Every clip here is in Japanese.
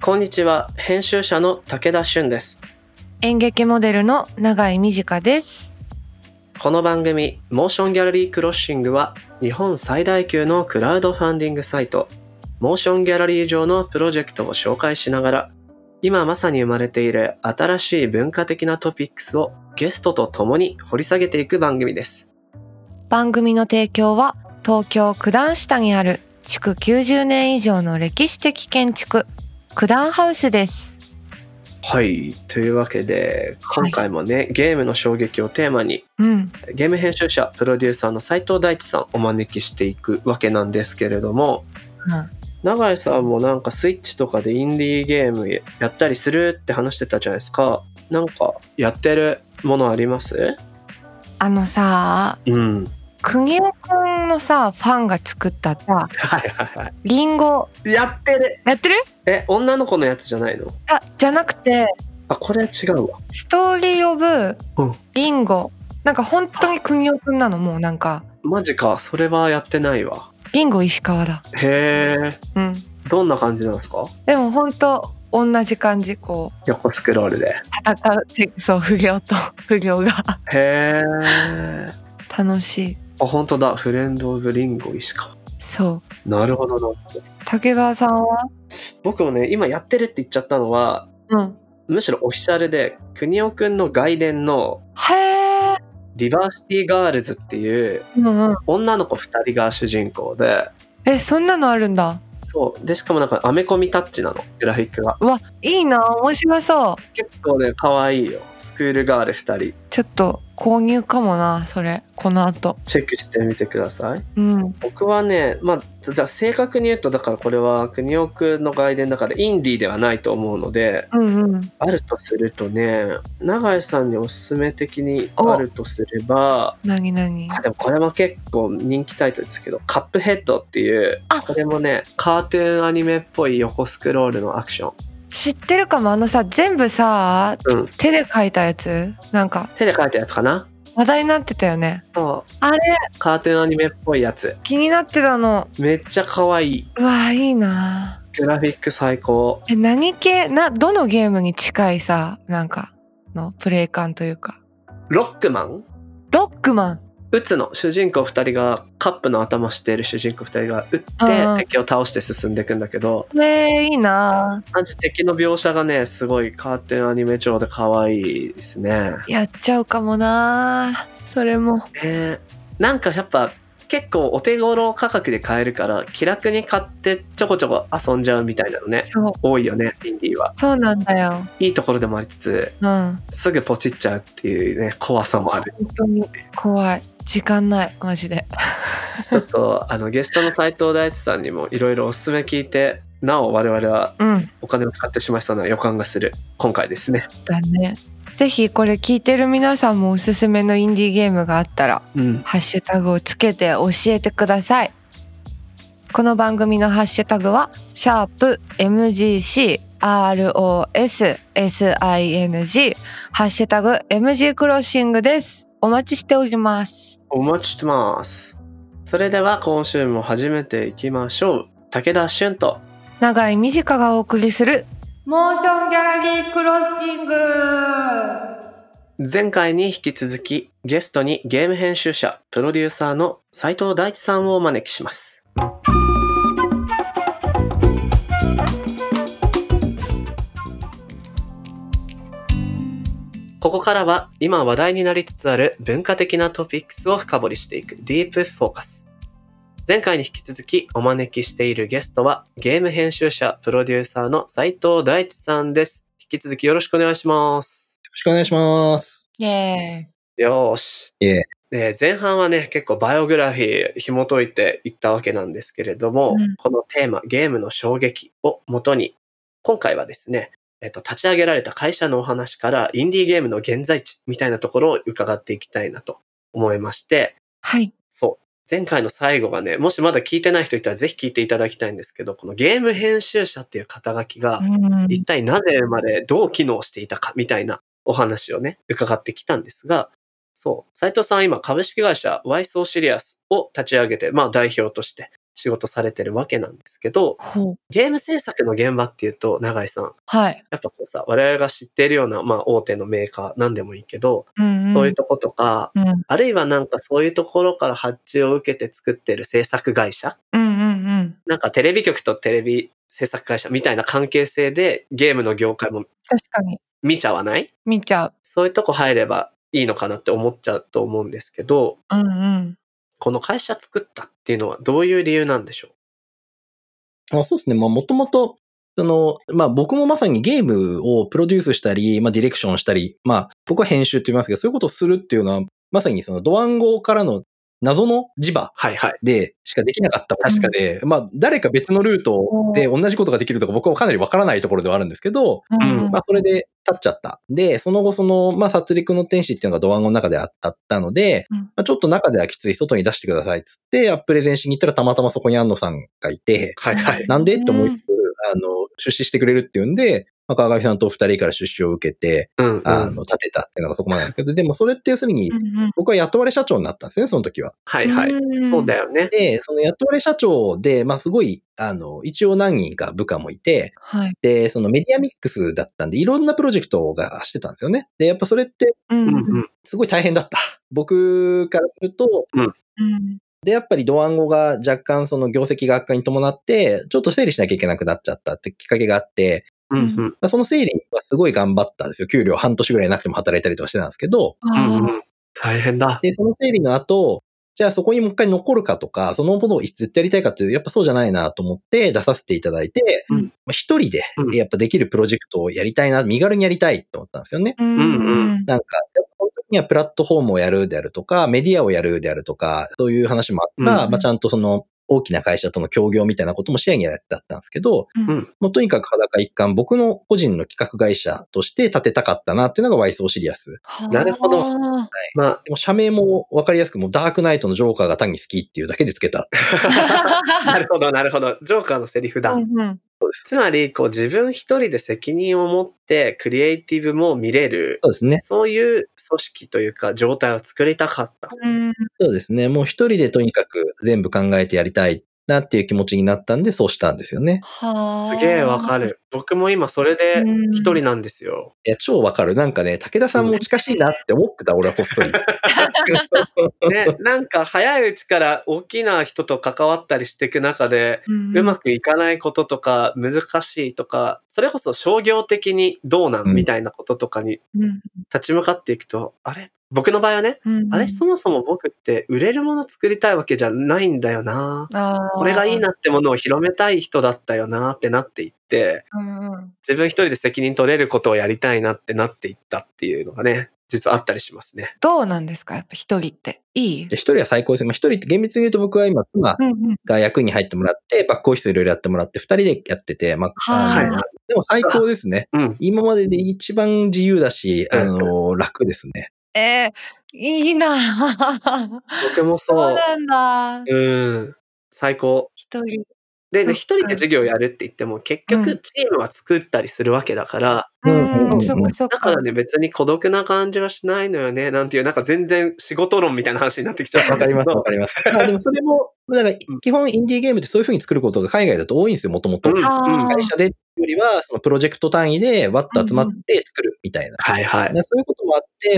こんにちは、編集者の武田俊です。 演劇モデルの永井美智香です。 この番組モーションギャラリークロッシングは日本最大級のクラウドファンディングサイトモーションギャラリー上のプロジェクトを紹介しながら、今まさに生まれている新しい文化的なトピックスをゲストと共に掘り下げていく番組です。 番組の提供は東京九段下にある築90年以上の歴史的建築九段ハウスです。 はい、というわけで今回もね、ゲームの衝撃をテーマに、ゲーム編集者プロデューサーの斉藤大地さんをお招きしていくわけなんですけれども、永井さんもなんかスイッチとかでインディーゲームやったりするって話してたじゃないですか。なんかやってるものあります？ 国尾くんのさファンが作ったさ、リンゴやってる。女の子のやつじゃないの？ じゃなくて、 これは違うわ。 ストーリーオブリンゴ、なんか本当に国尾くんなの。もうなんかマジか、それはやってないわ。 リンゴ石川だ。 へえ。どんな感じなんですか？ でも本当同じ感じ、こう横スクロールで戦うって、そう、不良と不良がへえ、 楽しい。 本当だ、フレンドオブリンゴ石川。 そう。 なるほどな。 武田さんは？ 僕もね、今やってるって言っちゃったのは、むしろオフィシャルで国尾くんの外伝のディバーシティガールズっていう、女の子2人が主人公で。 そんなのあるんだ。 そうで、しかもなんかアメコミタッチなの、グラフィックが。 うわ、いいな、面白そう。 結構ね、可愛いよ。スクールガール2人。 ちょっと購入かもな、それ。この後チェックしてみてください。僕はね、じゃあ正確に言うと、だからこれは国尾くんの外伝だからインディーではないと思うので、あるとするとね、永井さんにおすすめ的にあるとすれば、でもこれも結構人気タイトルですけど、カップヘッドっていう、これもね、カートゥーンアニメっぽい横スクロールのアクション。 知ってるかも。全部さ、手で描いたやつ、なんか手で描いたやつかな。 話題になってたよね。 そう、 あれカートゥーンアニメっぽいやつ、 気になってたの。 めっちゃ可愛い。 うわ、いいな。 グラフィック最高。 何系どのゲームに近いさ、なんかのプレイ感というか。 ロックマン打つの主人公2人がカップの頭している主人公2人が打って敵を倒して進んでいくんだけど、いいな。敵の描写がね、すごいカーテンアニメ調で可愛いですね。やっちゃうかもな、それも。 なんかやっぱ結構お手頃価格で買えるから気楽に買ってちょこちょこ遊んじゃうみたいなのね、多いよね、インディーは。そうなんだよ。いいところでもありつつ、すぐポチっちゃうっていうね、怖さもある。本当に怖い。時間ないマジで。ちょっとゲストの斉藤大地さんにもいろいろおすすめ聞いて、なお我々はお金を使ってしまいそうな予感がする今回ですね。だね。ぜひこれ聞いてる皆さんもおすすめのインディーゲームがあったら、ハッシュタグをつけて教えてください。この番組のハッシュタグは#MGCROSSING、ハッシュタグ MG クロッシングです。お待ちしております。お待ちしてます。それでは今週も始めていきましょう。武田俊と永井美智香がお送りするモーションギャラリークロッシング。前回に引き続きゲストにゲーム編集者プロデューサーの斉藤大地さんをお招きします。ここからは今話題になりつつある文化的なトピックスを深掘りしていくディープフォーカス。前回に引き続きお招きしているゲストはゲーム編集者プロデューサーの斉藤大地さんです。引き続きよろしくお願いします。 よろしくお願いします。 よーし。前半はね、結構バイオグラフィー紐解いていったわけなんですけれども、このテーマゲームの衝撃をもとに今回はですね、立ち上げられた会社のお話からインディーゲームの現在地みたいなところを伺っていきたいなと思いまして、前回の最後がね、もしまだ聞いてない人いたらぜひ聞いていただきたいんですけど、このゲーム編集者っていう肩書きが一体なぜ生まれどう機能していたかみたいなお話をね伺ってきたんですが、斉藤さんは今株式会社 Why So Serious を立ち上げて、代表として仕事されてるわけなんですけど、ゲーム制作の現場っていうと、永井さん。 はい。 やっぱこうさ、我々が知っているような、大手のメーカーなんでもいいけど、そういうとことか、あるいはなんかそういうところから発注を受けて作ってる制作会社、なんかテレビ局とテレビ制作会社みたいな関係性でゲームの業界も確かに見ちゃわない？ 見ちゃう。 そういうとこ入ればいいのかなって思っちゃうと思うんですけど、この会社作ったっていうのはどういう理由なんでしょう？そうですね。もともと、僕もまさにゲームをプロデュースしたり、ディレクションしたり、僕は編集って言いますけど、そういうことをするっていうのは、まさにそのドワンゴからの謎の磁場でしかできなかったことで、誰か別のルートで同じことができるとか僕はかなりわからないところではあるんですけど、それで立っちゃった。で、その後殺戮の天使っていうのがドワンゴの中であったので、ちょっと中ではきつい、外に出してくださいっつって、プレゼンしに行ったらたまたまそこに安野さんがいて、なんでって思いつつ、出資してくれるっていうんで、川上さんと二人から出資を受けて、立てたっていうのがそこまでなんですけど、でもそれって要するに、僕は雇われ社長になったんですね、その時は。 そうだよね。 で、その雇われ社長で、すごい、一応何人か部下もいて、で、そのメディアミックスだったんで、いろんなプロジェクトがしてたんですよね。で、やっぱそれって、すごい大変だった。僕からすると、で、やっぱりドワンゴが若干その業績が悪化に伴って、ちょっと整理しなきゃいけなくなっちゃったってきっかけがあって、その整理はすごい頑張ったんですよ。給料半年ぐらいなくても働いたりとかしてたんですけど。 大変だ。 で、その整理の後、じゃあそこにもう一回残るかとか、そのものをずっとやりたいかっていう、やっぱそうじゃないなと思って出させていただいて、一人でやっぱできるプロジェクトをやりたいな、身軽にやりたいって思ったんですよね。なんか、本当にはプラットフォームをやるであるとか、メディアをやるであるとか、そういう話もあった、ちゃんとその大きな会社との協業みたいなことも視野にやったんですけど、もうとにかく裸一貫、僕の個人の企画会社として立てたかったなっていうのがワイソーシリアス。 なるほど。 でも社名も分かりやすく、もうダークナイトのジョーカーが単に好きっていうだけでつけた。 なるほど、なるほど。ジョーカーのセリフだ。つまり、自分一人で責任を持ってクリエイティブも見れる。 そうですね。 そういう組織というか状態を作りたかった。 そうですね。もう一人でとにかく全部考えてやりたいなっていう気持ちになったんで、そうしたんですよね。 すげえわかる。僕も今それで一人なんですよ。 いや、超わかる。なんかね、武田さんも近しいなって思ってた、俺はこっそり。 ね、なんか早いうちから大きな人と関わったりしていく中で、うまくいかないこととか難しいとか、それこそ商業的にどうなんみたいなこととかに立ち向かっていくと、あれ僕の場合はね、あれそもそも僕って売れるもの作りたいわけじゃないんだよな。これがいいなってものを広めたい人だったよなってなっていって、自分一人で責任取れることをやりたいなってなっていったっていうのがね、実はあったりしますね。 どうなんですかやっぱ一人って。いい？ 一人は最高です。一人って厳密に言うと僕は今、妻が役に入ってもらって、バックオフィスいろいろやってもらって、二人でやってて、でも最高ですね。今までで一番自由だし、楽ですね。 いいな僕もそう。 そうなんだ。 最高。 一人。 で、一人で授業やるって言っても、結局チームは作ったりするわけだから、だからね、別に孤独な感じはしないのよね、なんていう、なんか全然仕事論みたいな話になってきちゃったんですけど。 わかります。でもそれも、基本インディーゲームってそういう風に作ることが海外だと多いんですよ、もともと。会社でよりは、そのプロジェクト単位でわっと集まって作るみたいな。そういうこともあって、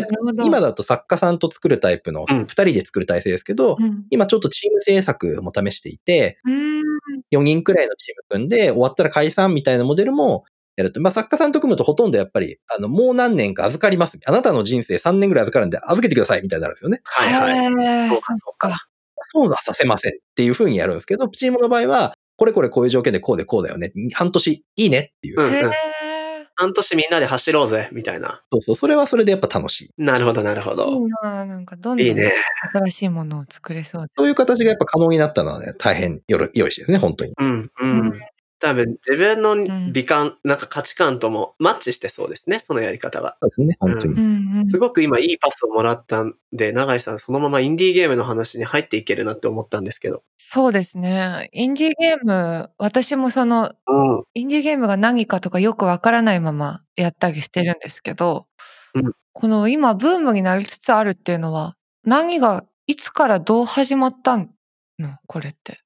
今だと作家さんと作るタイプの2人で作る体制ですけど、今ちょっとチーム制作も試していて、4人くらいのチーム組んで終わったら解散みたいなモデルもやると。作家さんと組むとほとんどやっぱり、もう何年か預かります。あなたの人生3年ぐらい預かるんで預けてくださいみたいになるんですよね。 そうか。 そうはさせませんっていう風にやるんですけど、チームの場合は、これこれこういう条件でこうでこうだよね。半年いいねっていう。 半年みんなで走ろうぜみたいな。 そう、それはそれでやっぱ楽しい。 なるほど、なるほど。 いいな、なんかどんどん新しいものを作れそう。 そういう形がやっぱ可能になったのはね、大変良いですね、本当に。 多分自分の美観、なんか価値観ともマッチしてそうですね、そのやり方が。 そうですね、本当に。 すごく今いいパスをもらったんで、永井さんそのままインディーゲームの話に入っていけるなって思ったんですけど。 そうですね。インディーゲーム、私もインディーゲームが何かとかよくわからないままやったりしてるんですけど、この今ブームになりつつあるっていうのは、何がいつからどう始まったの？これって。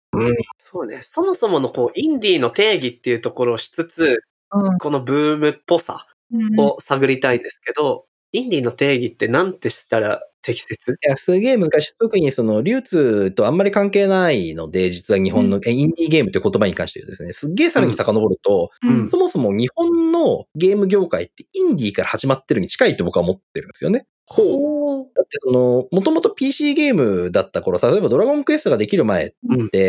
そうね。そもそものインディーの定義っていうところをしつつ、このブームっぽさを探りたいんですけど、インディーの定義ってなんてしたら適切？ いや、すげえ難しい。特に流通とあんまり関係ないので、実は日本の、インディーゲームって言葉に関して言うとですね、すっげえさらに遡ると、そもそも日本のゲーム業界ってインディーから始まってるに近いって僕は思ってるんですよね。だってもともと PC ゲームだった頃さ、例えばドラゴンクエストができる前って、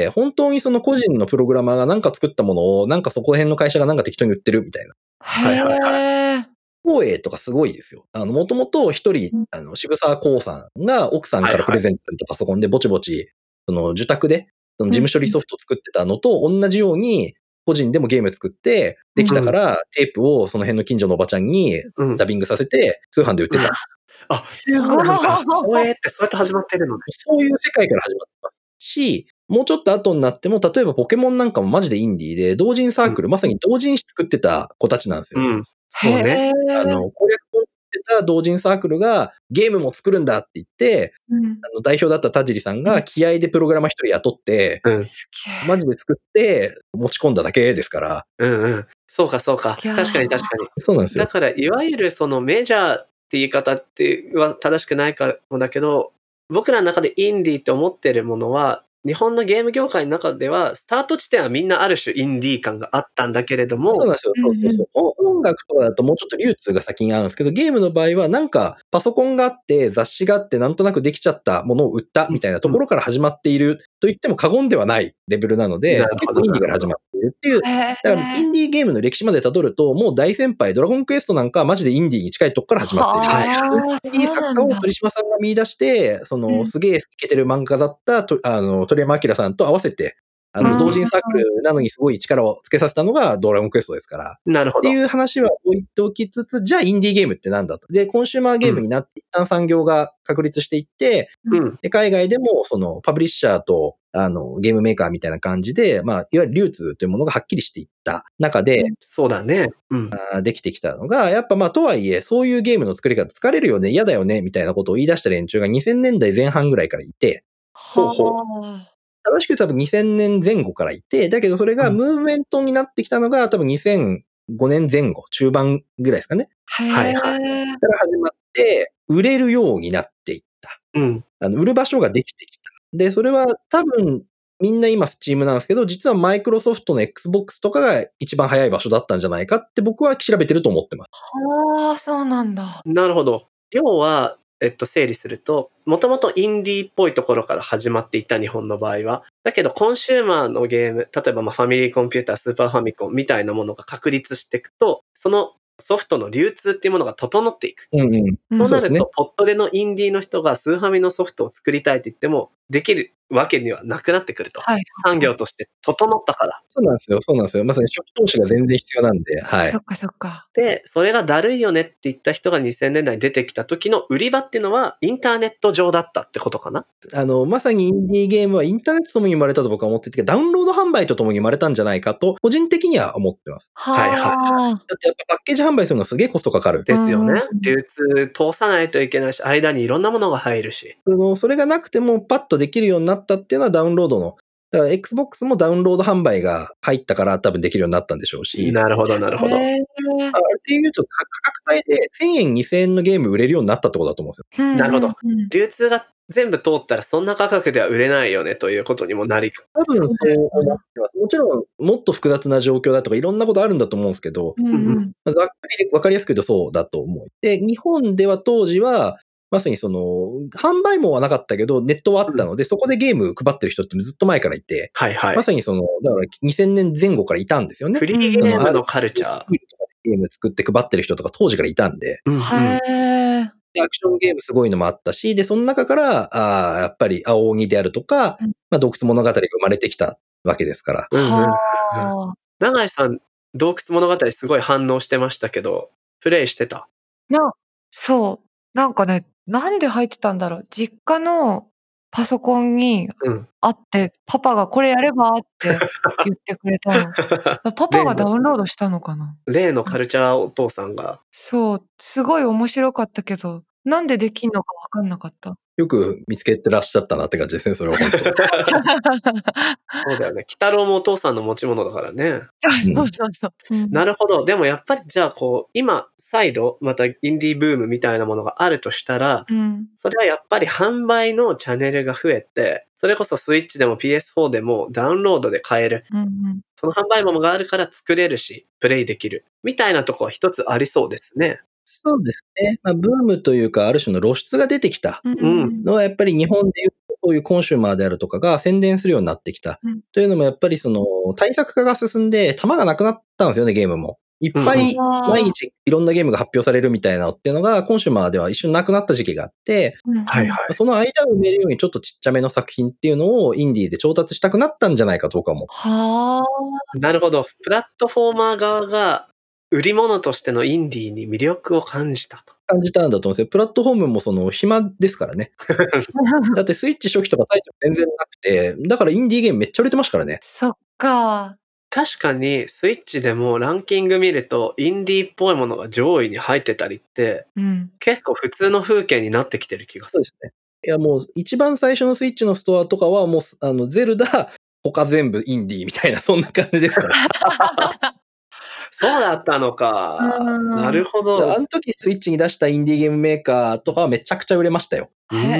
本当に個人のプログラマーがなんか作ったものを、なんかそこら辺の会社がなんか適当に売ってるみたいな。 はいはいはい。 光栄とかすごいですよ。もともと一人、渋沢光さんが奥さんからプレゼントされたパソコンでぼちぼち、受託で、事務処理ソフトを作ってたのと同じように、個人でもゲーム作って、できたから、テープをその辺の近所のおばちゃんにダビングさせて、通販で売ってた。 あ、そうなんだ。光栄ってそうやって始まってるのね。 そういう世界から始まったし、もうちょっと後になっても、例えばポケモンなんかもマジでインディーで、同人サークル、まさに同人誌作ってた子たちなんですよ。 そうね。 攻略本作ってた同人サークルがゲームも作るんだって言って、代表だった田尻さんが気合でプログラマー一人雇って、マジで作って持ち込んだだけですから。 そうかそうか。確かに確かに。 そうなんですよ。 だからいわゆるメジャーって言い方っては正しくないかもだけど、僕らの中でインディーって思ってるものは、日本のゲーム業界の中では、スタート地点はみんなある種インディー感があったんだけれども。 そうなんですよ。そう。音楽とかだともうちょっと流通が先にあるんですけど、ゲームの場合はなんかパソコンがあって雑誌があってなんとなくできちゃったものを売ったみたいなところから始まっていると言っても過言ではないレベルなので、結構インディーから始まっているっていう。だからインディーゲームの歴史まで辿ると、もう大先輩、ドラゴンクエストなんかはマジでインディーに近いとこから始まっている。インディー作家を鳥島さんが見出して、すげえイケてる漫画だった鳥山明さんと合わせて、同人サークルなのにすごい力をつけさせたのがドラゴンクエストですから。 なるほど。 っていう話は置いておきつつ、じゃあインディーゲームってなんだと。で、コンシューマーゲームになって、一旦産業が確立していって、で海外でもパブリッシャーと、ゲームメーカーみたいな感じで、いわゆる流通というものがはっきりしていった中で、 そうだね。 できてきたのが、やっぱとはいえ、そういうゲームの作り方疲れるよね、嫌だよね、みたいなことを言い出した連中が2000年代前半ぐらいからいて、正しく多分2000年前後からいて、だけどそれがムーブメントになってきたのが多分2005年前後、中盤ぐらいですかね。 はいはい。 から始まって、売れるようになっていった。売る場所ができてきた。で、それは多分、みんな今スチームなんですけど、実はマイクロソフトの Xbox とかが一番早い場所だったんじゃないかって僕は調べてると思ってます。 はあ、そうなんだ。 なるほど。要は、整理すると、もともとインディーっぽいところから始まっていた日本の場合は、だけどコンシューマーのゲーム、例えばファミリーコンピューター、スーパーファミコンみたいなものが確立していくと、そのソフトの流通っていうものが整っていく。そうなると、ポットでのインディーの人がスーファミのソフトを作りたいって言っても、できるわけにはなくなってくると。産業として整ったから。 そうなんですよ。まさに初期投資が全然必要なんで、はい。 そっかそっか。 で、それがだるいよねって言った人が2000年代に出てきた時の売り場っていうのはインターネット上だったってことかな？ まさにインディーゲームはインターネットともに生まれたと僕は思ってて、ダウンロード販売とともに生まれたんじゃないかと、個人的には思ってます。 はいはい。 だってやっぱパッケージ販売するのはすげえコストかかる。 ですよね。流通通さないといけないし、間にいろんなものが入るし。 それがなくてもパッとできるようになったっていうのはダウンロードの、だから Xbox もダウンロード販売が入ったから多分できるようになったんでしょうし。 なるほど、なるほど。 っていうと価格帯で1000円、2000円のゲーム売れるようになったってことだと思うんですよ。 なるほど。流通が全部通ったらそんな価格では売れないよねということにもなり。 多分そう思ってます。もちろんもっと複雑な状況だとかいろんなことあるんだと思うんですけど、ざっくりで分かりやすく言うとそうだと思う。で、日本では当時は、まさに販売網はなかったけど、ネットはあったので、そこでゲーム配ってる人ってずっと前からいて、まさにだから2000年前後からいたんですよね。 フリーゲームのカルチャー。 ゲーム作って配ってる人とか当時からいたんで。でアクションゲームすごいのもあったし、で、その中から、やっぱり青鬼であるとか、洞窟物語が生まれてきたわけですから。 永井さん、洞窟物語すごい反応してましたけど、プレイしてた？ そう。なんかね、なんで入ってたんだろう。実家のパソコンにあって、パパがこれやればって言ってくれたの。パパがダウンロードしたのかな。 例のカルチャーお父さんが。 そう、すごい面白かったけど、なんでできんのか分かんなかった。 よく見つけてらっしゃったなって感じですね、それは本当。 そうだよね。鬼太郎もお父さんの持ち物だからね。 そうそうそう。 なるほど。でもやっぱりじゃあ今、再度、またインディーブームみたいなものがあるとしたら、それはやっぱり販売のチャンネルが増えて、それこそスイッチでも PS4 でもダウンロードで買える。その販売物があるから作れるし、プレイできる。みたいなとこは一つありそうですね。 そうですね。ブームというか、ある種の露出が出てきたのは、やっぱり日本でいうと、そういうコンシューマーであるとかが宣伝するようになってきた。というのも、やっぱり対策化が進んで、弾がなくなったんですよね、ゲームも。いっぱい毎日いろんなゲームが発表されるみたいなのっていうのが、コンシューマーでは一瞬なくなった時期があって、その間を埋めるようにちょっとちっちゃめの作品っていうのをインディーで調達したくなったんじゃないかと僕は思う。 なるほど。プラットフォーマー側が売り物としてのインディーに魅力を感じたと。 感じたんだと思うんですよ。プラットフォームも暇ですからね。だってスイッチ初期とかタイトル全然なくて、だからインディーゲームめっちゃ売れてましたからね。 そっか。 確かにスイッチでもランキング見るとインディーっぽいものが上位に入ってたりって、結構普通の風景になってきてる気がする。 そうですね。いやもう一番最初のスイッチのストアとかはもうゼルダ、他全部インディーみたいなそんな感じですから。 そうだったのか。なるほど。 あの時スイッチに出したインディーゲームメーカーとかはめちゃくちゃ売れましたよ。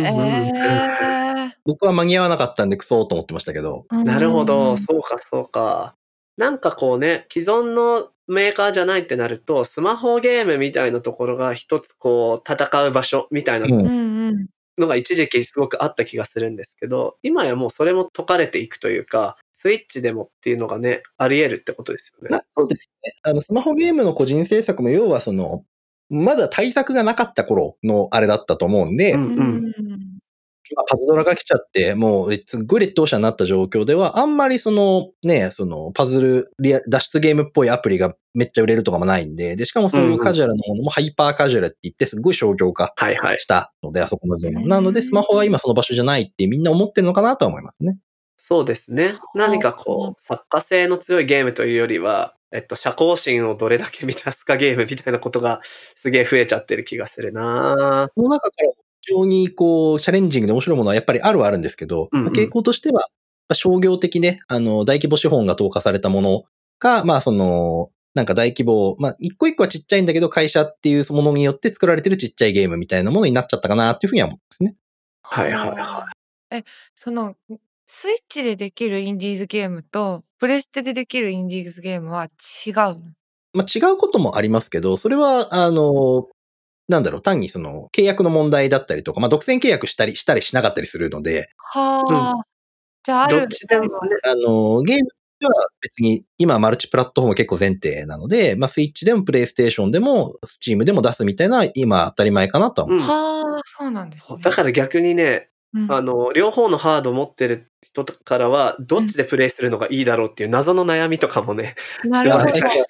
僕は間に合わなかったんでクソーと思ってましたけど。 なるほど。そうか、そうか。なんか既存のメーカーじゃないってなると、スマホゲームみたいなところが一つ戦う場所みたいなのが一時期すごくあった気がするんですけど、今やもうそれも解かれていくというか、スイッチでもっていうのがね、あり得るってことですよね。 そうですね。スマホゲームの個人制作も要はまだ対策がなかった頃のあれだったと思うんで、パズドラが来ちゃって、もうすっごい劣等者になった状況では、あんまりパズル脱出ゲームっぽいアプリがめっちゃ売れるとかもないんで、しかもそういうカジュアルなものもハイパーカジュアルって言ってすっごい商業化したので、あそこのゾーン。なので、スマホは今その場所じゃないってみんな思ってるのかなとは思いますね。 そうですね。何か作家性の強いゲームというよりは、社交心をどれだけ満たすかゲームみたいなことがすげえ増えちゃってる気がするな。 この中から非常にチャレンジングで面白いものはやっぱりあるんですけど、傾向としては、商業的で、大規模資本が投下されたものが、なんか大規模、一個一個はちっちゃいんだけど、会社っていうものによって作られてるちっちゃいゲームみたいなものになっちゃったかなっていうふうには思うんですね。 はいはいはい。スイッチでできるインディーズゲームと、プレステでできるインディーズゲームは違うの？ 違うこともありますけど、それは、単に契約の問題だったりとか、独占契約したりしなかったりするので。 じゃあ、 どっちでもね。 ゲームでは別に、今マルチプラットフォーム結構前提なので、スイッチでもプレイステーションでも、スチームでも出すみたいな、今当たり前かなとは思う。そうなんですね。 だから逆にね、両方のハード持ってる人からは、どっちでプレイするのがいいだろうっていう謎の悩みとかもね。 なるほど。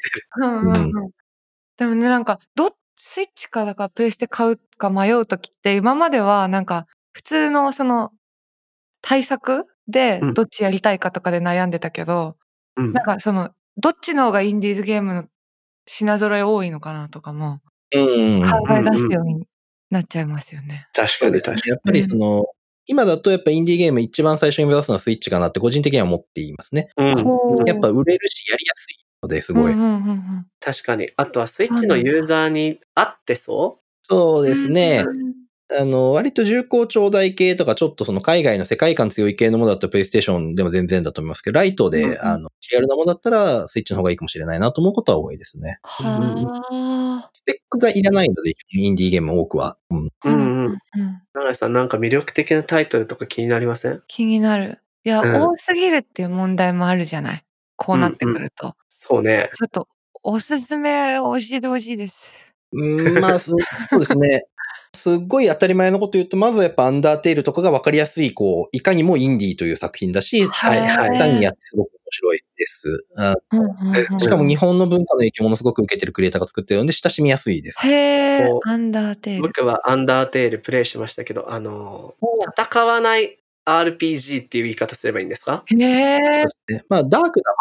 でもね、スイッチかだからプレステ買うか迷うときって、今までは普通の対策でどっちやりたいかとかで悩んでたけど、どっちの方がインディーズゲームの品揃え多いのかなとかも、考え出すようになっちゃいますよね。 確かに確かに。 やっぱり今だとやっぱインディーゲーム一番最初に目指すのはスイッチかなって個人的には思っていますね。やっぱ売れるしやりやすいのですごい。 確かに。あとはスイッチのユーザーに合ってそう？ そうですね。割と重厚長大系とかちょっと海外の世界観強い系のものだったらプレイステーションでも全然だと思いますけど、ライトで、リアルなものだったらスイッチの方がいいかもしれないなと思うことは多いですね。スペックがいらないので、インディーゲーム多くは。 永井さん、なんか魅力的なタイトルとか気になりません？ 気になる。いや、多すぎるっていう問題もあるじゃない。こうなってくると。 そうね。 ちょっと、おすすめ教えてほしいです。 そうですね。すっごい当たり前のこと言うと、まずやっぱアンダーテイルとかが分かりやすい、いかにもインディーという作品だし、単にやってすごく面白いです。しかも日本の文化の影響ものすごく受けてるクリエイターが作ってるので、親しみやすいです。 アンダーテイル。 僕はアンダーテイルプレイしましたけど、戦わない RPG っていう言い方すればいいんですか？ そうですね。ダークなマ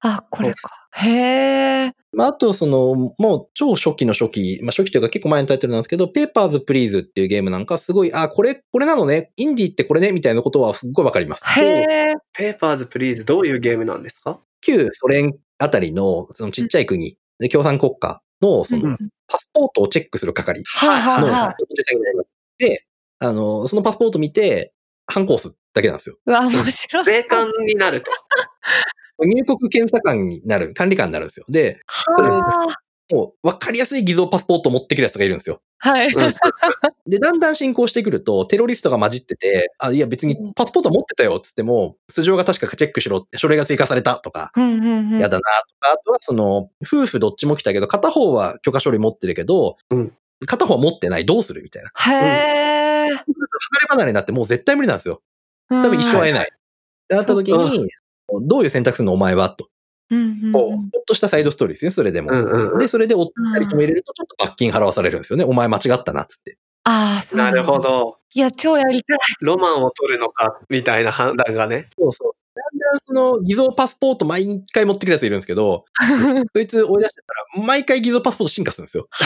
あ、これか。へー。 あと、もう超初期の初期、初期というか結構前のタイトルなんですけど、ペーパーズプリーズっていうゲームなんかすごい、これなのね、インディーってこれね、みたいなことはすっごいわかります。 へー。 ペーパーズプリーズ、どういうゲームなんですか？ 旧ソ連あたりの、そのちっちゃい国、で共産国家の、パスポートをチェックする係の、で、そのパスポート見て、ハンコ押すだけなんですよ。 うわ、面白そう。 税関になると。 入国検査官になる、管理官になるんですよ。で、それもう分かりやすい偽造パスポートを持ってくるやつがいるんですよ。 はい。 で、だんだん進行してくると、テロリストが混じってて、いや別にパスポート持ってたよっつっても、素性が確かチェックしろって、書類が追加されたとか、やだなとか、あとは夫婦どっちも来たけど、片方は許可書類持ってるけど、片方は持ってない、どうするみたいな。 へー。離れ離れになってもう絶対無理なんですよ。多分一生会えない。ってなった時に、どういう選択するのお前はと。ちょっとしたサイドストーリーですね、それでも。で、それでお二人とも入れるとちょっと罰金払わされるんですよね。お前間違ったなっつって。 そうなるほど。 いや、超やりたい。 ロマンを取るのか、みたいな判断がね。 そうそう。だんだん偽造パスポート毎回持ってくるやついるんですけど、そいつ追い出してたら、毎回偽造パスポート進化するんですよ。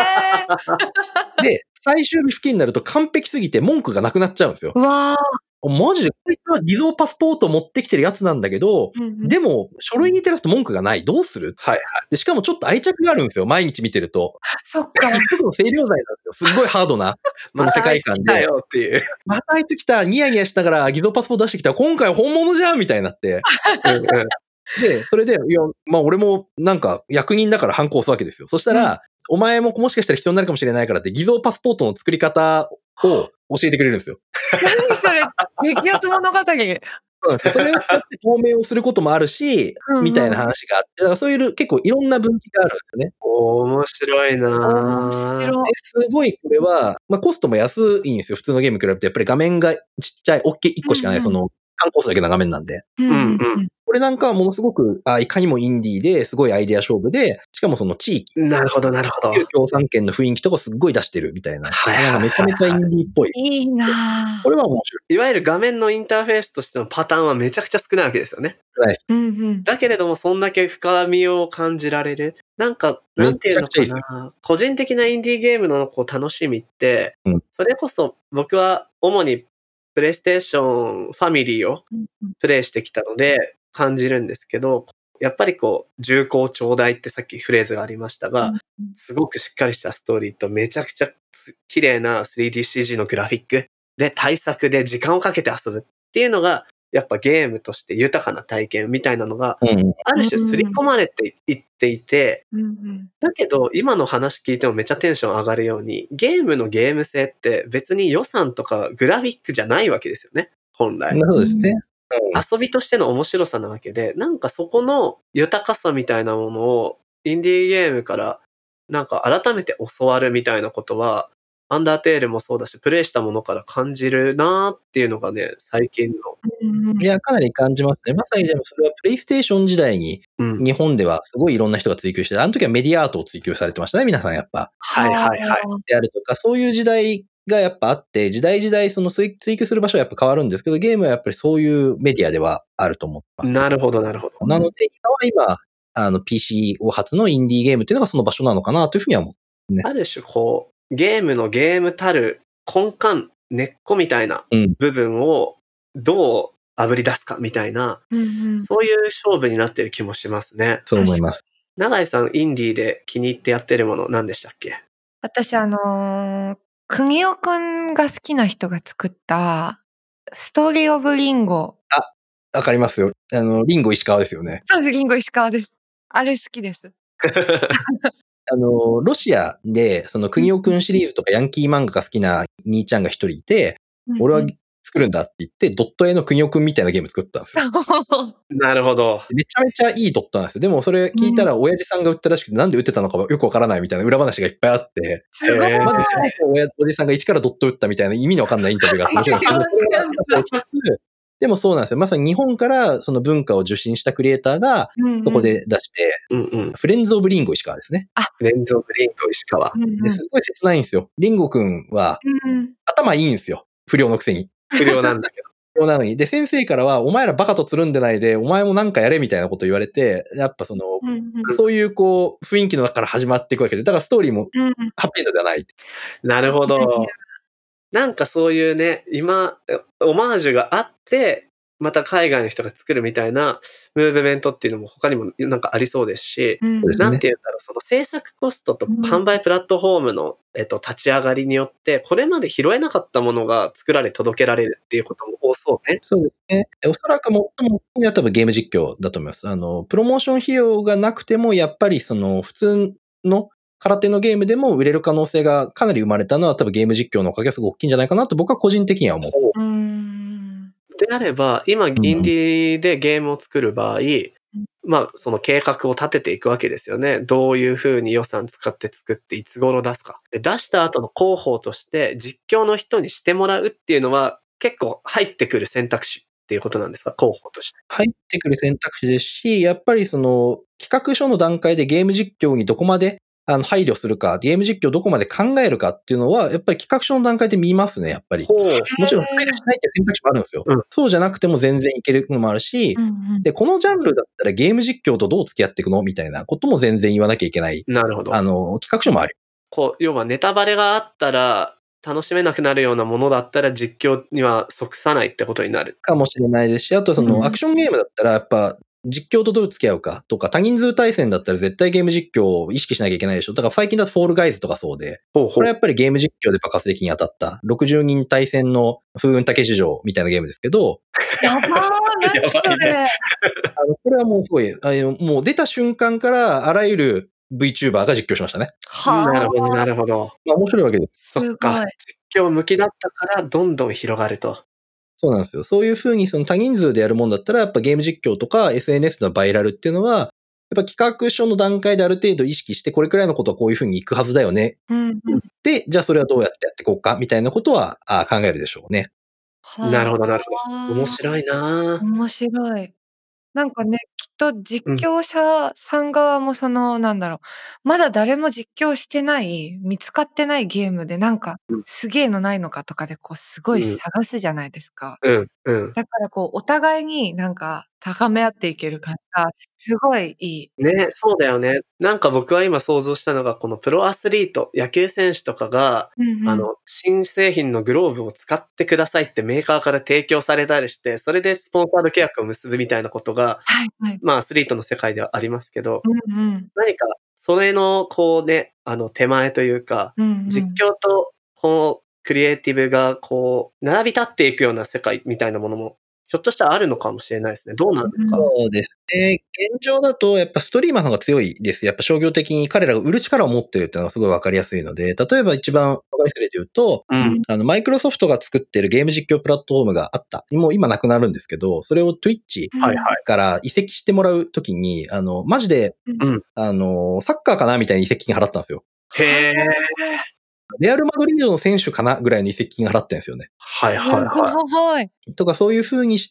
で、最終日付近になると完璧すぎて文句がなくなっちゃうんですよ。 うわー。 マジで、こいつは偽造パスポートを持ってきてるやつなんだけど、でも、書類に照らすと文句がない。どうする？ はいはい。 で、しかもちょっと愛着があるんですよ。毎日見てると。 そっか。 一つの清涼剤なんですよ。すっごいハードな、この世界観で。 またあいつ来たよっていう。 またあいつ来た、ニヤニヤしながら偽造パスポート出してきた。今回本物じゃんみたいになって。で、それで、いや、俺もなんか役人だから反抗押すわけですよ。そしたら、お前ももしかしたら必要になるかもしれないからって偽造パスポートの作り方を教えてくれるんですよ。 何それ、激アツ物語。 それを使って透明をすることもあるし、みたいな話があって、だからそういう結構いろんな分岐があるんですよね。 面白いな面白い。 すごいこれは、コストも安いんですよ。普通のゲームに比べて、やっぱり画面がちっちゃい、大きい1個しかない、半コースだけの画面なんで。これなんかはものすごく、いかにもインディーですごいアイデア勝負で、しかもその地域。 なるほど、なるほど。 共産圏の雰囲気とかすっごい出してるみたいな。なんかめちゃめちゃインディーっぽい。 いいなこれは面白い。 いわゆる画面のインターフェースとしてのパターンはめちゃくちゃ少ないわけですよね。 ないです。 だけれども、そんだけ深みを感じられる。なんか、なんていうのかな。個人的なインディーゲームの楽しみって、それこそ僕は主にプレイステーションファミリーをプレイしてきたので感じるんですけど、やっぱり重厚長大ってさっきフレーズがありましたが、すごくしっかりしたストーリーとめちゃくちゃ綺麗な 3DCG のグラフィックで対策で時間をかけて遊ぶっていうのが、やっぱゲームとして豊かな体験みたいなのが、ある種刷り込まれていっていて、だけど今の話聞いてもめっちゃテンション上がるように、ゲームのゲーム性って別に予算とかグラフィックじゃないわけですよね、本来。 そうですね。 遊びとしての面白さなわけで、なんかそこの豊かさみたいなものをインディーゲームからなんか改めて教わるみたいなことは、アンダーテールもそうだし、プレイしたものから感じるなーっていうのがね、最近の。 いや、かなり感じますね。まさにでもそれはプレイステーション時代に、日本ではすごいいろんな人が追求して、あの時はメディアアートを追求されてましたね、皆さんやっぱ。 はいはいはい。 であるとか、そういう時代がやっぱあって、時代その追求する場所はやっぱ変わるんですけど、ゲームはやっぱりそういうメディアではあると思ってます、 なるほど、なるほど。 なので、今、PC を初のインディーゲームっていうのがその場所なのかなというふうには思う、ね。 ある種ゲームのゲームたる根幹、根っこみたいな部分をどう炙り出すかみたいな、そういう勝負になってる気もしますね。 そう思います。 永井さん、インディーで気に入ってやってるもの何でしたっけ？ 私、国尾くんが好きな人が作った、ストーリーオブリンゴ。 わかりますよ。リンゴ石川ですよね。 そうです、リンゴ石川です。あれ好きです。 ロシアで、国尾くんシリーズとかヤンキー漫画が好きな兄ちゃんが一人いて、俺は作るんだって言って、ドット絵の国尾くんみたいなゲーム作ったんですよ。 なるほど。 めちゃめちゃいいドットなんですよ。でもそれ聞いたら親父さんが売ったらしくて、なんで売ってたのかよくわからないみたいな裏話がいっぱいあって、 すごい。 まずおじさんが一からドット打ったみたいな意味のわかんないインタビューがあって面白いんですけど、でもそうなんですよ。まさに日本からその文化を受信したクリエイターがそこで出して、フレンズオブリンゴ石川ですね。 フレンズオブリンゴ石川。 すごい切ないんですよ。リンゴくんは頭いいんですよ。不良のくせに。 不良なんだけど。 なのに。で、先生からは、お前らバカとつるんでないで、お前もなんかやれみたいなこと言われて、やっぱそういうこう、雰囲気の中から始まっていくわけで、だからストーリーもハッピーエンドではない。 なるほど。なんかそういうね、今、オマージュがあって、また海外の人が作るみたいなムーブメントっていうのも他にもなんかありそうですし、なんていうんだろう、その制作コストと販売プラットフォームの、立ち上がりによって、これまで拾えなかったものが作られ届けられるっていうことも多そうね。 そうですね。おそらく最も大きいのは多分ゲーム実況だと思います。プロモーション費用がなくても、やっぱり普通の空手のゲームでも売れる可能性がかなり生まれたのは多分ゲーム実況のおかげがすごく大きいんじゃないかなと僕は個人的には思う。 であれば、今、インディーでゲームを作る場合、まあ、その計画を立てていくわけですよね。どういうふうに予算使って作って、いつ頃出すか。で、出した後の広報として、実況の人にしてもらうっていうのは、結構入ってくる選択肢っていうことなんですか、広報として。 入ってくる選択肢ですし、やっぱり企画書の段階でゲーム実況にどこまで配慮するか、ゲーム実況をどこまで考えるかっていうのは、やっぱり企画書の段階で見ますね、やっぱり。もちろん配慮しないって選択肢もあるんですよ。そうじゃなくても全然いけるのもあるし、で、このジャンルだったらゲーム実況とどう付き合っていくのみたいなことも全然言わなきゃいけない。 なるほど。 企画書もある。 要はネタバレがあったら、楽しめなくなるようなものだったら実況には即さないってことになる。 かもしれないですし、あとアクションゲームだったらやっぱ、実況とどう付き合うかとか、多人数対戦だったら絶対ゲーム実況を意識しなきゃいけないでしょ。だから最近だとフォールガイズとかそうで、これはやっぱりゲーム実況で爆発的に当たった60人対戦の風雲竹市場みたいなゲームですけど、 やばー、何それ。 これはもうすごい、もう出た瞬間からあらゆる VTuber が実況しましたね。 なるほど、なるほど。 まあ面白いわけです。 そっか。実況向きだったからどんどん広がると。 そうなんですよ。そういうふうに多人数でやるもんだったら、やっぱゲーム実況とか SNS のバイラルっていうのは、やっぱ企画書の段階である程度意識して、これくらいのことはこういうふうにいくはずだよね。で、じゃあそれはどうやってやっていこうかみたいなことは考えるでしょうね。 なるほど、なるほど。面白いな。 面白い。なんかね、きっと実況者さん側もなんだろう、まだ誰も実況してない、見つかってないゲームでなんか、すげえのないのかとかですごい探すじゃないですか。だからお互いになんか高め合っていける感じがすごいいい。 ね、そうだよね。なんか僕は今想像したのが、このプロアスリート、野球選手とかが、新製品のグローブを使ってくださいってメーカーから提供されたりして、それでスポンサード契約を結ぶみたいなことが、まあアスリートの世界ではありますけど、何かそれの手前というか、実況とクリエイティブが並び立っていくような世界みたいなものもひょっとしたらあるのかもしれないですね。どうなんですか？ そうですね。現状だと、やっぱストリーマーの方が強いです。やっぱ商業的に彼らが売る力を持っているっていうのがすごいわかりやすいので、例えば一番わかりやすい例で言うと、マイクロソフトが作ってるゲーム実況プラットフォームがあった。もう今なくなるんですけど、それを Twitch から移籍してもらうときに、マジで、サッカーかなみたいに移籍金払ったんですよ。 へー。 レアル・マドリードの選手かなぐらいの移籍金払ってるんですよね。 はいはいはい。 とかそういう風にして、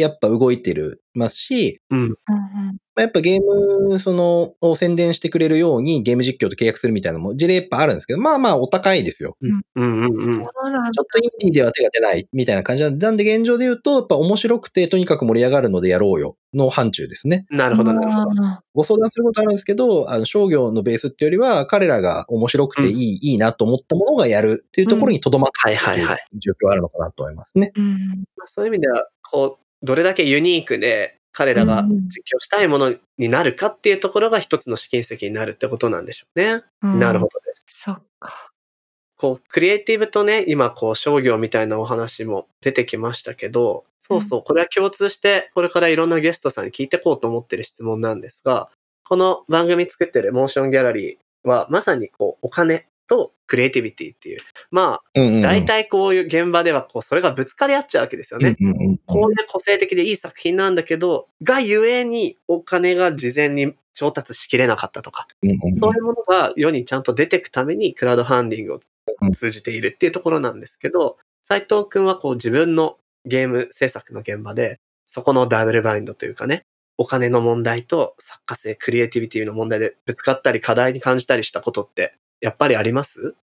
やっぱ動いてますし、やっぱゲーム、を宣伝してくれるようにゲーム実況と契約するみたいなのも事例やっぱあるんですけど、まあまあお高いですよ。ちょっとインディーでは手が出ないみたいな感じなんで現状で言うと、やっぱ面白くてとにかく盛り上がるのでやろうよの範疇ですね。 なるほど、なるほど。 ご相談することあるんですけど、商業のベースっていうよりは、彼らが面白くていいなと思ったものがやるっていうところにとどまっているという状況があるのかなと思いますね。 そういう意味では、どれだけユニークで、彼らが実況したいものになるかっていうところが一つの試金石になるってことなんでしょうね。なるほどです。 そっか。 クリエイティブとね、今商業みたいなお話も出てきましたけど、そうそう、これは共通して、これからいろんなゲストさんに聞いてこうと思ってる質問なんですが、この番組作ってるモーションギャラリーは、まさにお金とクリエイティビティっていう、まあ、大体こういう現場ではそれがぶつかり合っちゃうわけですよね。こういう個性的でいい作品なんだけど、がゆえにお金が事前に調達しきれなかったとか、そういうものが世にちゃんと出てくためにクラウドファンディングを通じているっていうところなんですけど、斉藤くんは自分のゲーム制作の現場で、そこのダブルバインドというかね、お金の問題と作家性、クリエイティビティの問題でぶつかったり課題に感じたりしたことってやっぱりあります？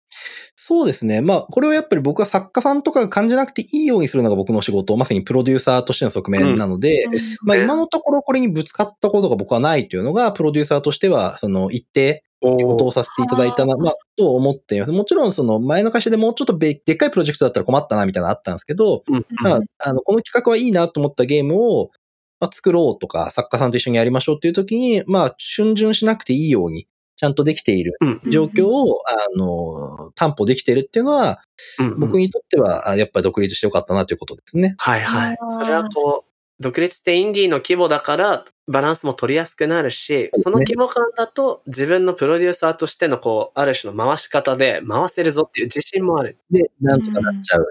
そうですね。これをやっぱり僕は作家さんとかが感じなくていいようにするのが僕の仕事、まさにプロデューサーとしての側面なので、今のところこれにぶつかったことが僕はないというのが、プロデューサーとしては、一定、仕事をさせていただいたな、と思っています。もちろん前の会社でもうちょっとでっかいプロジェクトだったら困ったな、みたいなのあったんですけど、この企画はいいなと思ったゲームを、作ろうとか、作家さんと一緒にやりましょうっていう時に、逡巡しなくていいように、ちゃんとできている状況を、担保できているっていうのは、僕にとっては、やっぱり独立してよかったなということですね。 はいはい。それは独立してインディーの規模だから、バランスも取りやすくなるし、その規模感だと、自分のプロデューサーとしてのある種の回し方で回せるぞっていう自信もある。 で、なんとかなっちゃう。はい。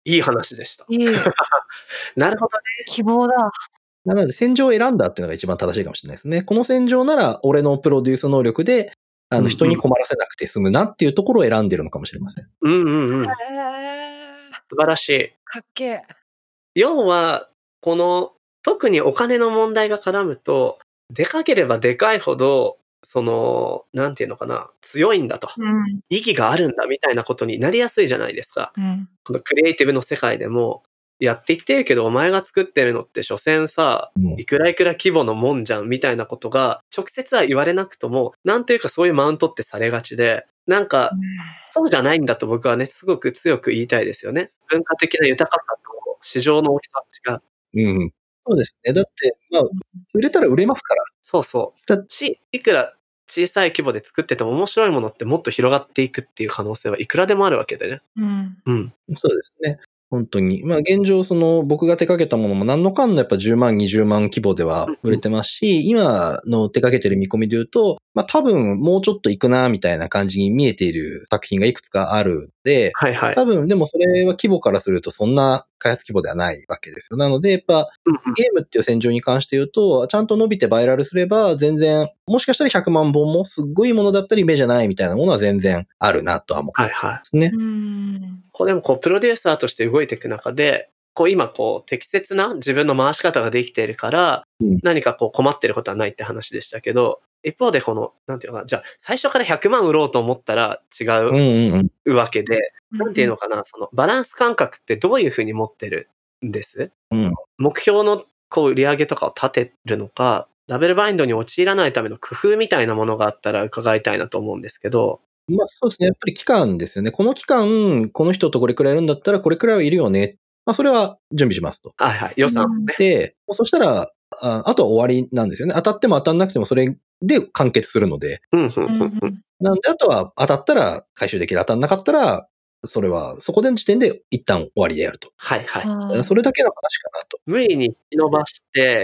いい話でした。なるほどね。 希望だ。 なので、戦場を選んだっていうのが一番正しいかもしれないですね。この戦場なら、俺のプロデュース能力で、人に困らせなくて済むなっていうところを選んでるのかもしれません。 素晴らしい。 かっけえ。 要は、特にお金の問題が絡むと、でかければでかいほど、なんていうのかな、強いんだと。意義があるんだみたいなことになりやすいじゃないですか。このクリエイティブの世界でも、やってきてるけど、お前が作ってるのって所詮さ、いくら規模のもんじゃんみたいなことが、直接は言われなくとも、なんというかそういうマウントってされがちで、そうじゃないんだと僕はね、すごく強く言いたいですよね。文化的な豊かさと市場の大きさは違う。 そうですね。だって、売れたら売れますから。 そうそう。いくら小さい規模で作ってても面白いものってもっと広がっていくっていう可能性はいくらでもあるわけでね。 そうですね。本当に。現状、僕が手掛けたものも何のかんのやっぱ10万、20万規模では売れてますし、今の手掛けてる見込みで言うと、多分もうちょっといくな、みたいな感じに見えている作品がいくつかあるので、多分でもそれは規模からするとそんな開発規模ではないわけですよ。なので、やっぱゲームっていう戦場に関して言うと、ちゃんと伸びてバイラルすれば全然、もしかしたら100万本もすっごいものだったり目じゃないみたいなものは全然あるなとは思ってますね。 でもプロデューサーとして動いていく中で、今適切な自分の回し方ができているから、何か困ってることはないって話でしたけど、一方でなんていうのかな、じゃあ最初から100万売ろうと思ったら違うわけで、なんていうのかな、バランス感覚ってどういうふうに持ってるんです？目標の売り上げとかを立てるのか、ダブルバインドに陥らないための工夫みたいなものがあったら伺いたいなと思うんですけど。 そうですね。やっぱり期間ですよね。この期間、この人とこれくらいいるんだったら、これくらいはいるよね。それは準備しますと。 予算ね。 で、そしたら、あとは終わりなんですよね。当たっても当たんなくてもそれで完結するので。なんで、あとは当たったら回収できる。当たんなかったら、それは、そこでの時点で一旦終わりでやると。それだけの話かなと。 無理に引き伸ばして、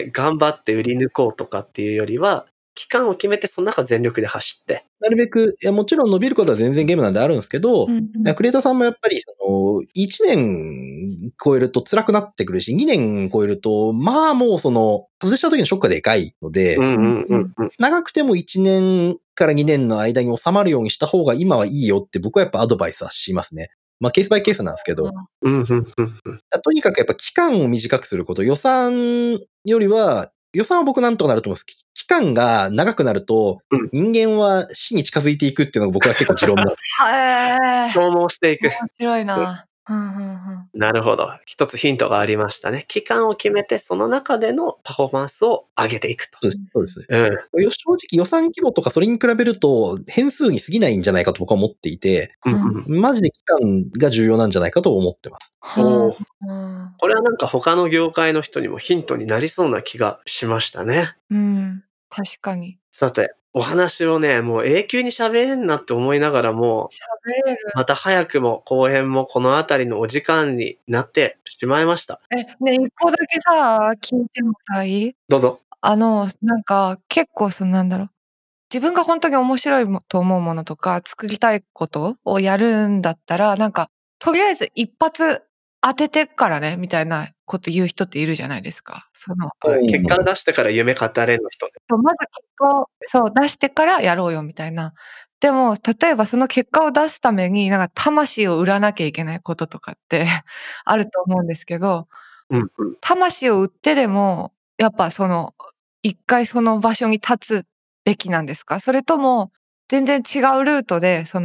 頑張って売り抜こうとかっていうよりは、期間を決めてその中全力で走って。 なるべく、もちろん伸びることは全然ゲームなんであるんですけど、クリエイターさんもやっぱり、1年超えると辛くなってくるし、2年超えると、もう外した時のショックがでかいので、長くても1年から2年の間に収まるようにした方が今はいいよって僕はやっぱアドバイスはしますね。ケースバイケースなんですけど。とにかくやっぱ期間を短くすること、予算よりは、予算は僕なんとかなると思うんです。期間が長くなると、人間は死に近づいていくっていうのが僕は結構持論なんです。 消耗していく。 面白いな。 なるほど。一つヒントがありましたね。期間を決めて、その中でのパフォーマンスを上げていくと。 そうです。正直予算規模とかそれに比べると変数に過ぎないんじゃないかと僕は思っていて、マジで期間が重要なんじゃないかと思ってます。 これは他の業界の人にもヒントになりそうな気がしましたね。 確かに。 さて、お話をね、もう永久に喋れんなって思いながらも、 喋れる。 また早くも後編もこのあたりのお時間になってしまいました。 ね、一個だけさ、聞いてもいい？ どうぞ。 結構自分が本当に面白いと思うものとか、作りたいことをやるんだったら、とりあえず一発当ててからね、みたいなこと言う人っているじゃないですか。 結果を出してから夢語れの人ね。 まず結果を出してからやろうよみたいな。でも、例えばその結果を出すために、魂を売らなきゃいけないこととかってあると思うんですけど、魂を売ってでも、やっぱ一回その場所に立つべきなんですか？それとも、全然違うルートで、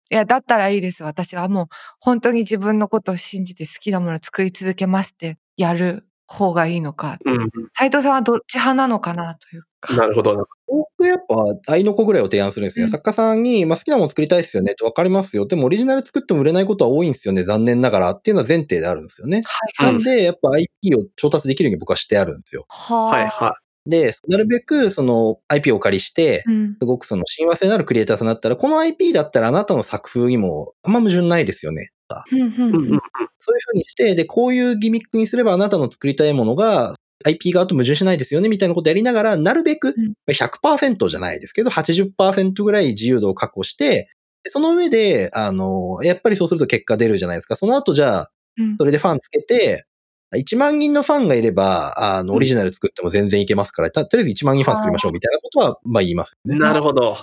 いや、だったらいいです。私はもう本当に自分のことを信じて好きなものを作り続けますってやる方がいいのか。斉藤さんはどっち派なのかなというか。 なるほど。 僕やっぱ愛の子ぐらいを提案するんですよ。作家さんに、好きなもの作りたいですよねってわかりますよ。でもオリジナル作っても売れないことは多いんですよね。残念ながらっていうのは前提であるんですよね。なんで、やっぱ IP を調達できるように僕はしてあるんですよ。 はいはい。 で、なるべくその IP をお借りして、すごくその親和性のあるクリエイターさんだったら、この IP だったらあなたの作風にもあんま矛盾ないですよね。そういう風にして、で、こういうギミックにすればあなたの作りたいものが IP 側と矛盾しないですよね、みたいなことをやりながら、なるべく 100% じゃないですけど、80% ぐらい自由度を確保して、その上で、やっぱりそうすると結果出るじゃないですか。その後じゃあ、それでファンつけて、1万人のファンがいれば、オリジナル作っても全然いけますから、とりあえず1万人ファン作りましょうみたいなことは、言いますね。 なるほど。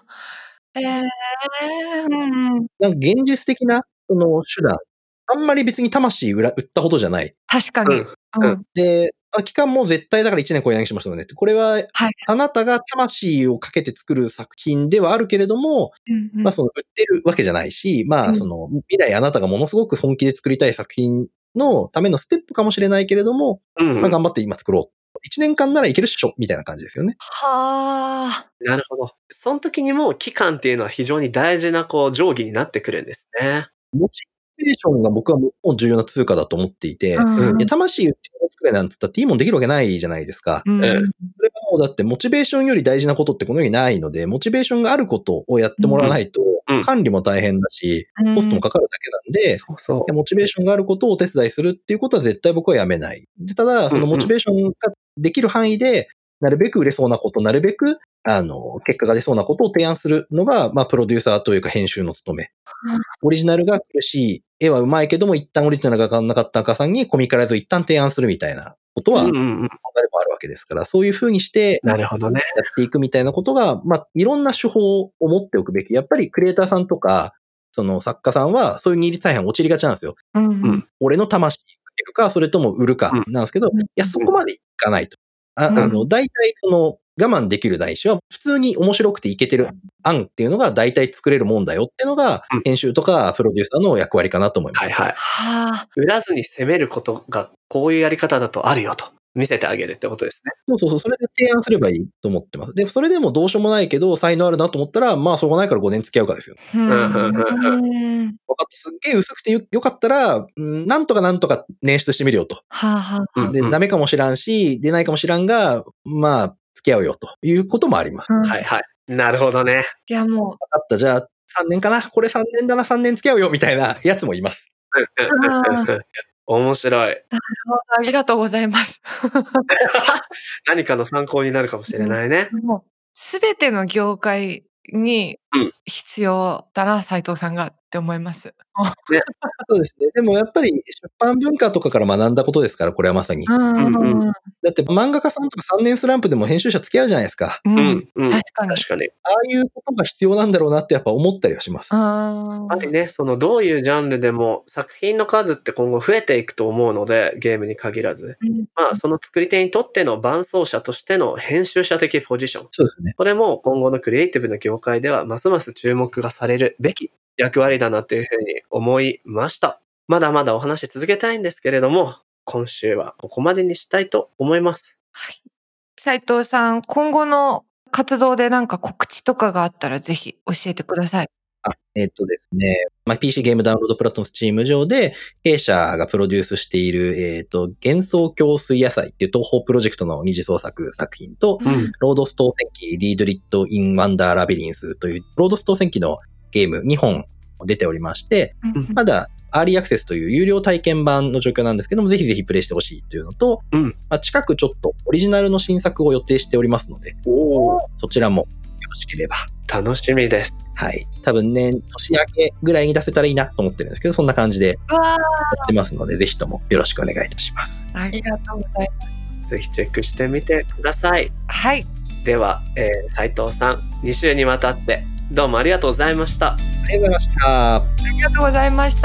なんか現実的な、その手段。あんまり別に魂売ったほどじゃない。 確かに。 で、期間も絶対だから1年超え上げしましたよね。これは、あなたが魂をかけて作る作品ではあるけれども、その売ってるわけじゃないし、その未来あなたがものすごく本気で作りたい作品のためのステップかもしれないけれども、頑張って今作ろう。1年間ならいけるっしょみたいな感じですよね。 はあ。 なるほど。その時にも期間っていうのは非常に大事な定規になってくるんですね。 モチベーションが僕は最も重要な通貨だと思っていて、魂売ってもの作れなんて言ったっていいもんできるわけないじゃないですか。それはもうだってモチベーションより大事なことってこの世にないので、モチベーションがあることをやってもらわないと、管理も大変だし、コストもかかるだけなんで、モチベーションがあることをお手伝いするっていうことは絶対僕はやめない。で、ただ、そのモチベーションができる範囲で、なるべく売れそうなこと、なるべく、結果が出そうなことを提案するのが、プロデューサーというか編集の務め。オリジナルが苦しい、絵は上手いけども、一旦オリジナルが分かんなかった赤さんにコミカライズを一旦提案するみたいなことは、他でもあるわけですから、そういう風にして、 なるほどね。 やっていくみたいなことが、いろんな手法を持っておくべき。やっぱりクリエイターさんとか、その作家さんは、そういうニーズ大変陥りがちなんですよ。俺の魂かけるか、それとも売るか、なんですけど、いや、そこまでいかないと。大体その、我慢できる台紙は普通に面白くていけてる案っていうのが大体作れるもんだよっていうのが、編集とかプロデューサーの役割かなと思います。 売らずに攻めることがこういうやり方だとあるよと見せてあげるってことですね。 そう。それで提案すればいいと思ってます。で、それでもどうしようもないけど、才能あるなと思ったら、しょうがないから5年付き合うかですよ。分かった。すっげえ薄くてよかったら、なんとか捻出してみるよと。で、ダメかもしらんし、出ないかもしらんが、付き合うよということもあります。 なるほどね。 いやもう。 分かった。じゃあ、3年かな。これ3年だな。3年付き合うよみたいなやつもいます。 面白い。 なるほど。ありがとうございます。 何かの参考になるかもしれないね。 すべての業界に必要だな、斉藤さんがって思います。 そうですね。でもやっぱり出版文化とかから学んだことですから、これはまさに。だって漫画家さんとか3年スランプでも編集者付き合うじゃないですか。 確かに。 ああいうことが必要なんだろうなってやっぱ思ったりはします。 やはりね、そのどういうジャンルでも作品の数って今後増えていくと思うので、ゲームに限らず。その作り手にとっての伴走者としての編集者的ポジション。 そうですね。 これも今後のクリエイティブの業界ではますます注目がされるべき役割だなというふうに思いました。まだまだお話続けたいんですけれども、今週はここまでにしたいと思います。 斉藤さん、今後の活動でなんか告知とかがあったらぜひ教えてください。 ですね。PC ゲームダウンロードプラットフォーム Steam 上で、弊社がプロデュースしている、幻想郷水野菜っていう東宝プロジェクトの二次創作作品と、ロードストー戦記ディードリット・イン・ワンダー・ラビリンスという、ロードストー戦記のゲーム2本出ておりまして、まだアーリーアクセスという有料体験版の状況なんですけども、ぜひぜひプレイしてほしいというのと、近くちょっとオリジナルの新作を予定しておりますので、そちらもよろしければ。 楽しみです。 はい。多分ね、年明けぐらいに出せたらいいなと思ってるんですけど、そんな感じでやってますので、ぜひともよろしくお願いいたします。 ありがとうございます。 ぜひチェックしてみてください。 はい。 では、斉藤さん、2週にわたってどうもありがとうございました。 ありがとうございました。 ありがとうございました。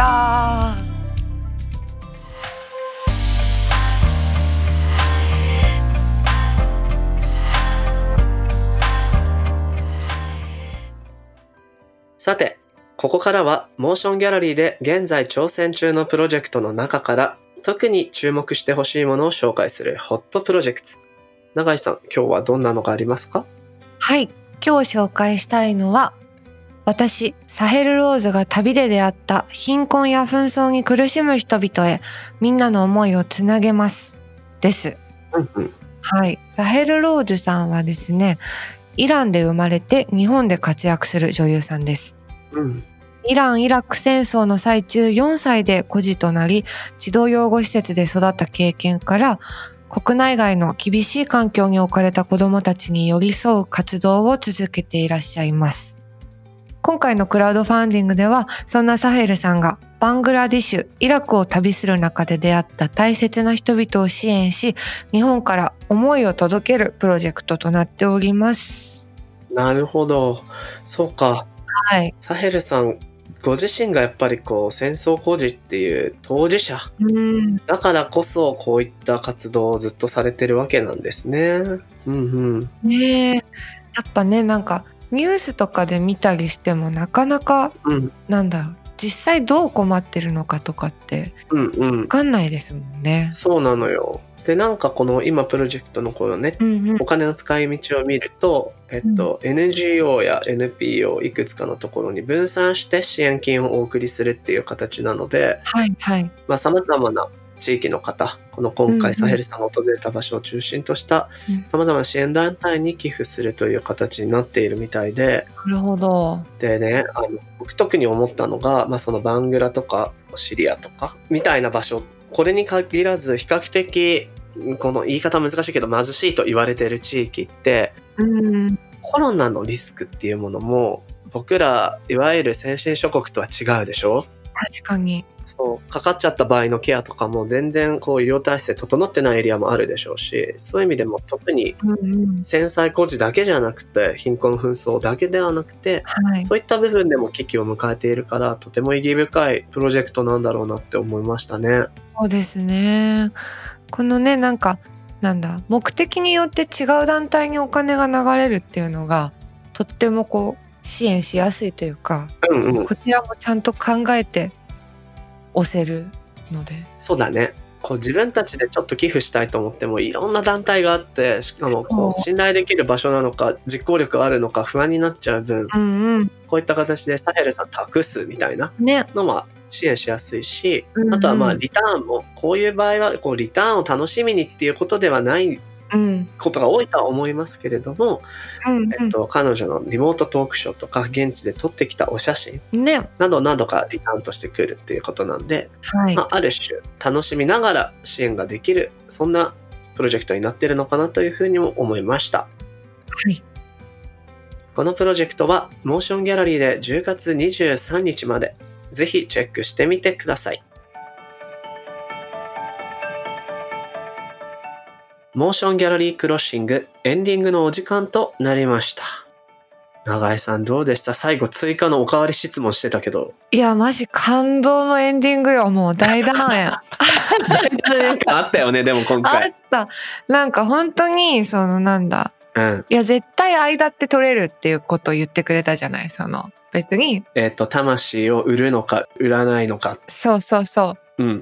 さて、 ここからはモーションギャラリーで現在挑戦中のプロジェクトの中から特に注目してほしいものを紹介するホットプロジェクト。永井さん、今日はどんなのがありますか？ はい、今日紹介したいのは、私サヘル・ローズが旅で出会った貧困や紛争に苦しむ人々へみんなの思いをつなげますです。はい、サヘル・ローズさんはですね、イランで生まれて日本で活躍する女優さんです。イラン・イラク戦争の最中4歳で孤児となり、児童養護施設で育った経験から、国内外の厳しい環境に置かれた子どもたちに寄り添う活動を続けていらっしゃいます。今回のクラウドファンディングでは、そんなサヘルさんがバングラディッシュ、イラクを旅する中で出会った大切な人々を支援し、日本から思いを届けるプロジェクトとなっております。 なるほど。そうか。 はい。 サヘルさんご自身がやっぱりこう戦争孤児っていう当事者だからこそこういった活動をずっとされてるわけなんですね。 ねえ、やっぱね、なんかニュースとかで見たりしてもなかなか、なんだろう、実際どう困ってるのかとかって分かんないですもんね。 そうなのよ。でなんかこの今プロジェクトのこのね、お金の使い道を見ると、NGO や NPO いくつかのところに分散して支援金をお送りするっていう形なので、さまざまな地域の方、この今回サヘルさんが訪れた場所を中心としたさまざまな支援団体に寄付するという形になっているみたいで。 なるほど。 でね、僕特に思ったのが、そのバングラとかシリアとかみたいな場所、これに限らず比較的この言い方難しいけど貧しいと言われている地域って、コロナのリスクっていうものも僕らいわゆる先進諸国とは違うでしょ。 確かに。 そうかかっちゃった場合のケアとかも全然こう医療体制整ってないエリアもあるでしょうし、そういう意味でも特に戦災孤児だけじゃなくて貧困紛争だけではなくて、そういった部分でも危機を迎えているから、とても意義深いプロジェクトなんだろうなって思いましたね。 そうですね。このね、なんか目的によって違う団体にお金が流れるっていうのがとってもこう支援しやすいというか、こちらもちゃんと考えて押せるので。 そうだね。こう自分たちでちょっと寄付したいと思ってもいろんな団体があって、しかもこう信頼できる場所なのか実行力があるのか不安になっちゃう分、こういった形でサヘルさん託すみたいなのは支援しやすいし、あとはリターンもこういう場合はこうリターンを楽しみにっていうことではないことが多いとは思いますけれども、彼女のリモートトークショーとか現地で撮ってきたお写真などなどがリターンとしてくるっていうことなんで、ある種楽しみながら支援ができる、そんなプロジェクトになっているのかなというふうにも思いました。このプロジェクトはモーションギャラリーで10月23日までぜひチェックしてみてください。モーションギャラリークロッシングエンディングのお時間となりました。永井さんどうでした？最後追加のおかわり質問してたけど。 いやマジ感動のエンディングよ。もう大団円大団円感あったよね。でも今回あった。なんか本当にそのいや絶対間って取れるっていうことを言ってくれたじゃない。その別に魂を売るのか売らないのか。 そう、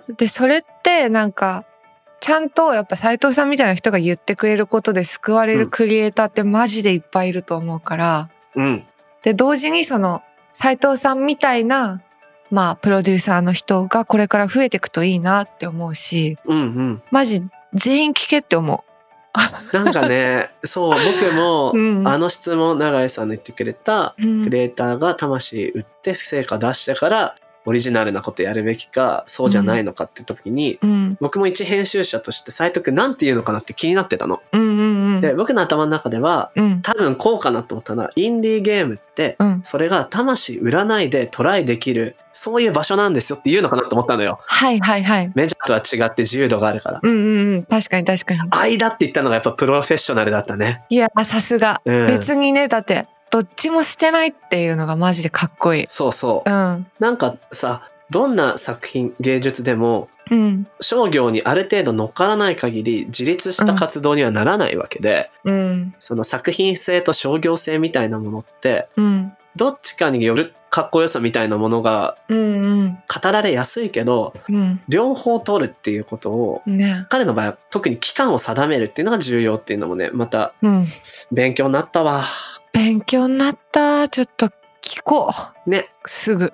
でそれってなんかちゃんとやっぱ斉藤さんみたいな人が言ってくれることで救われるクリエイターってマジでいっぱいいると思うから、で同時にその斉藤さんみたいなプロデューサーの人がこれから増えていくといいなって思うし、マジ全員聞けって思う。 なんかね、そう僕も、あの質問永井さんの言ってくれた、クリエイターが魂売って成果出してからオリジナルなことやるべきかそうじゃないのかって時に、僕も一編集者として斉藤君なんて言うのかなって気になってたの。で僕の頭の中では、多分こうかなと思ったのは、インディーゲームって、それが魂売らないでトライできるそういう場所なんですよって言うのかなと思ったのよ。 メジャーとは違って自由度があるから。 確かに間って言ったのがやっぱプロフェッショナルだったね。 いやさすが、別にね、だってどっちも捨てないっていうのがマジでかっこいい。 そう、なんかさ、どんな作品芸術でも、商業にある程度乗っからない限り自立した活動にはならないわけで、その作品性と商業性みたいなものって、 どっちかによるかっこよさみたいなものが語られやすいけど、両方取るっていうことを、彼の場合は特に期間を定めるっていうのが重要っていうのもね、また勉強になったわ。 勉強になった。ちょっと聞こう。 ね。 すぐ。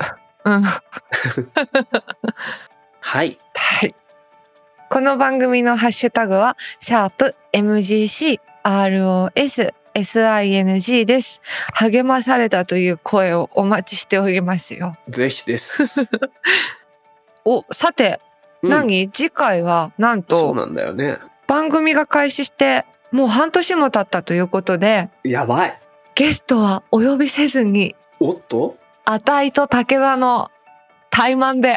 はい。 はい。この番組のハッシュタグは#MGCROSSING です。励まされたという声をお待ちしておりますよ。 ぜひです。 さて、次回はなんと、 そうなんだよね。 番組が開始してもう半年も経ったということで、 やばい。 ゲストはお呼びせずに、 おっと？ あたいと武田の対マンで。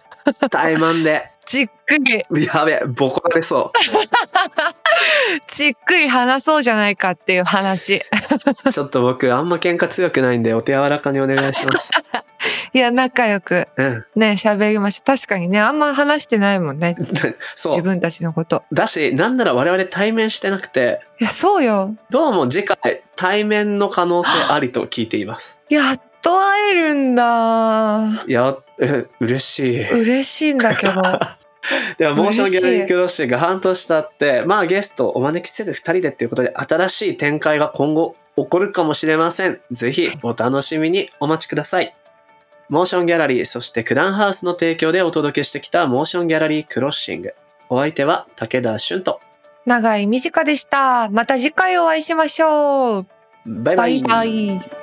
じっくり。 やべえ、ボコられそう。 じっくり話そうじゃないかっていう話。 ちょっと僕あんま喧嘩強くないんでお手柔らかにお願いします。 いや、仲良くね、喋りました。確かにね、あんま話してないもんね。そう自分たちのこと。 だし、なんなら我々対面してなくて。 いや、そうよ。 どうも次回対面の可能性ありと聞いています。 やっと会えるんだ。 嬉しい。 嬉しいんだけど。 ではモーションギャラリークロッシング半年経って、まあゲストお招きせず2人でっていうことで新しい展開が今後起こるかもしれません。ぜひお楽しみにお待ちください。モーションギャラリー、そして九段ハウスの提供でお届けしてきたモーションギャラリークロッシング。お相手は武田俊と永井美智香でした。また次回お会いしましょう。 バイバイ。 バイバイ。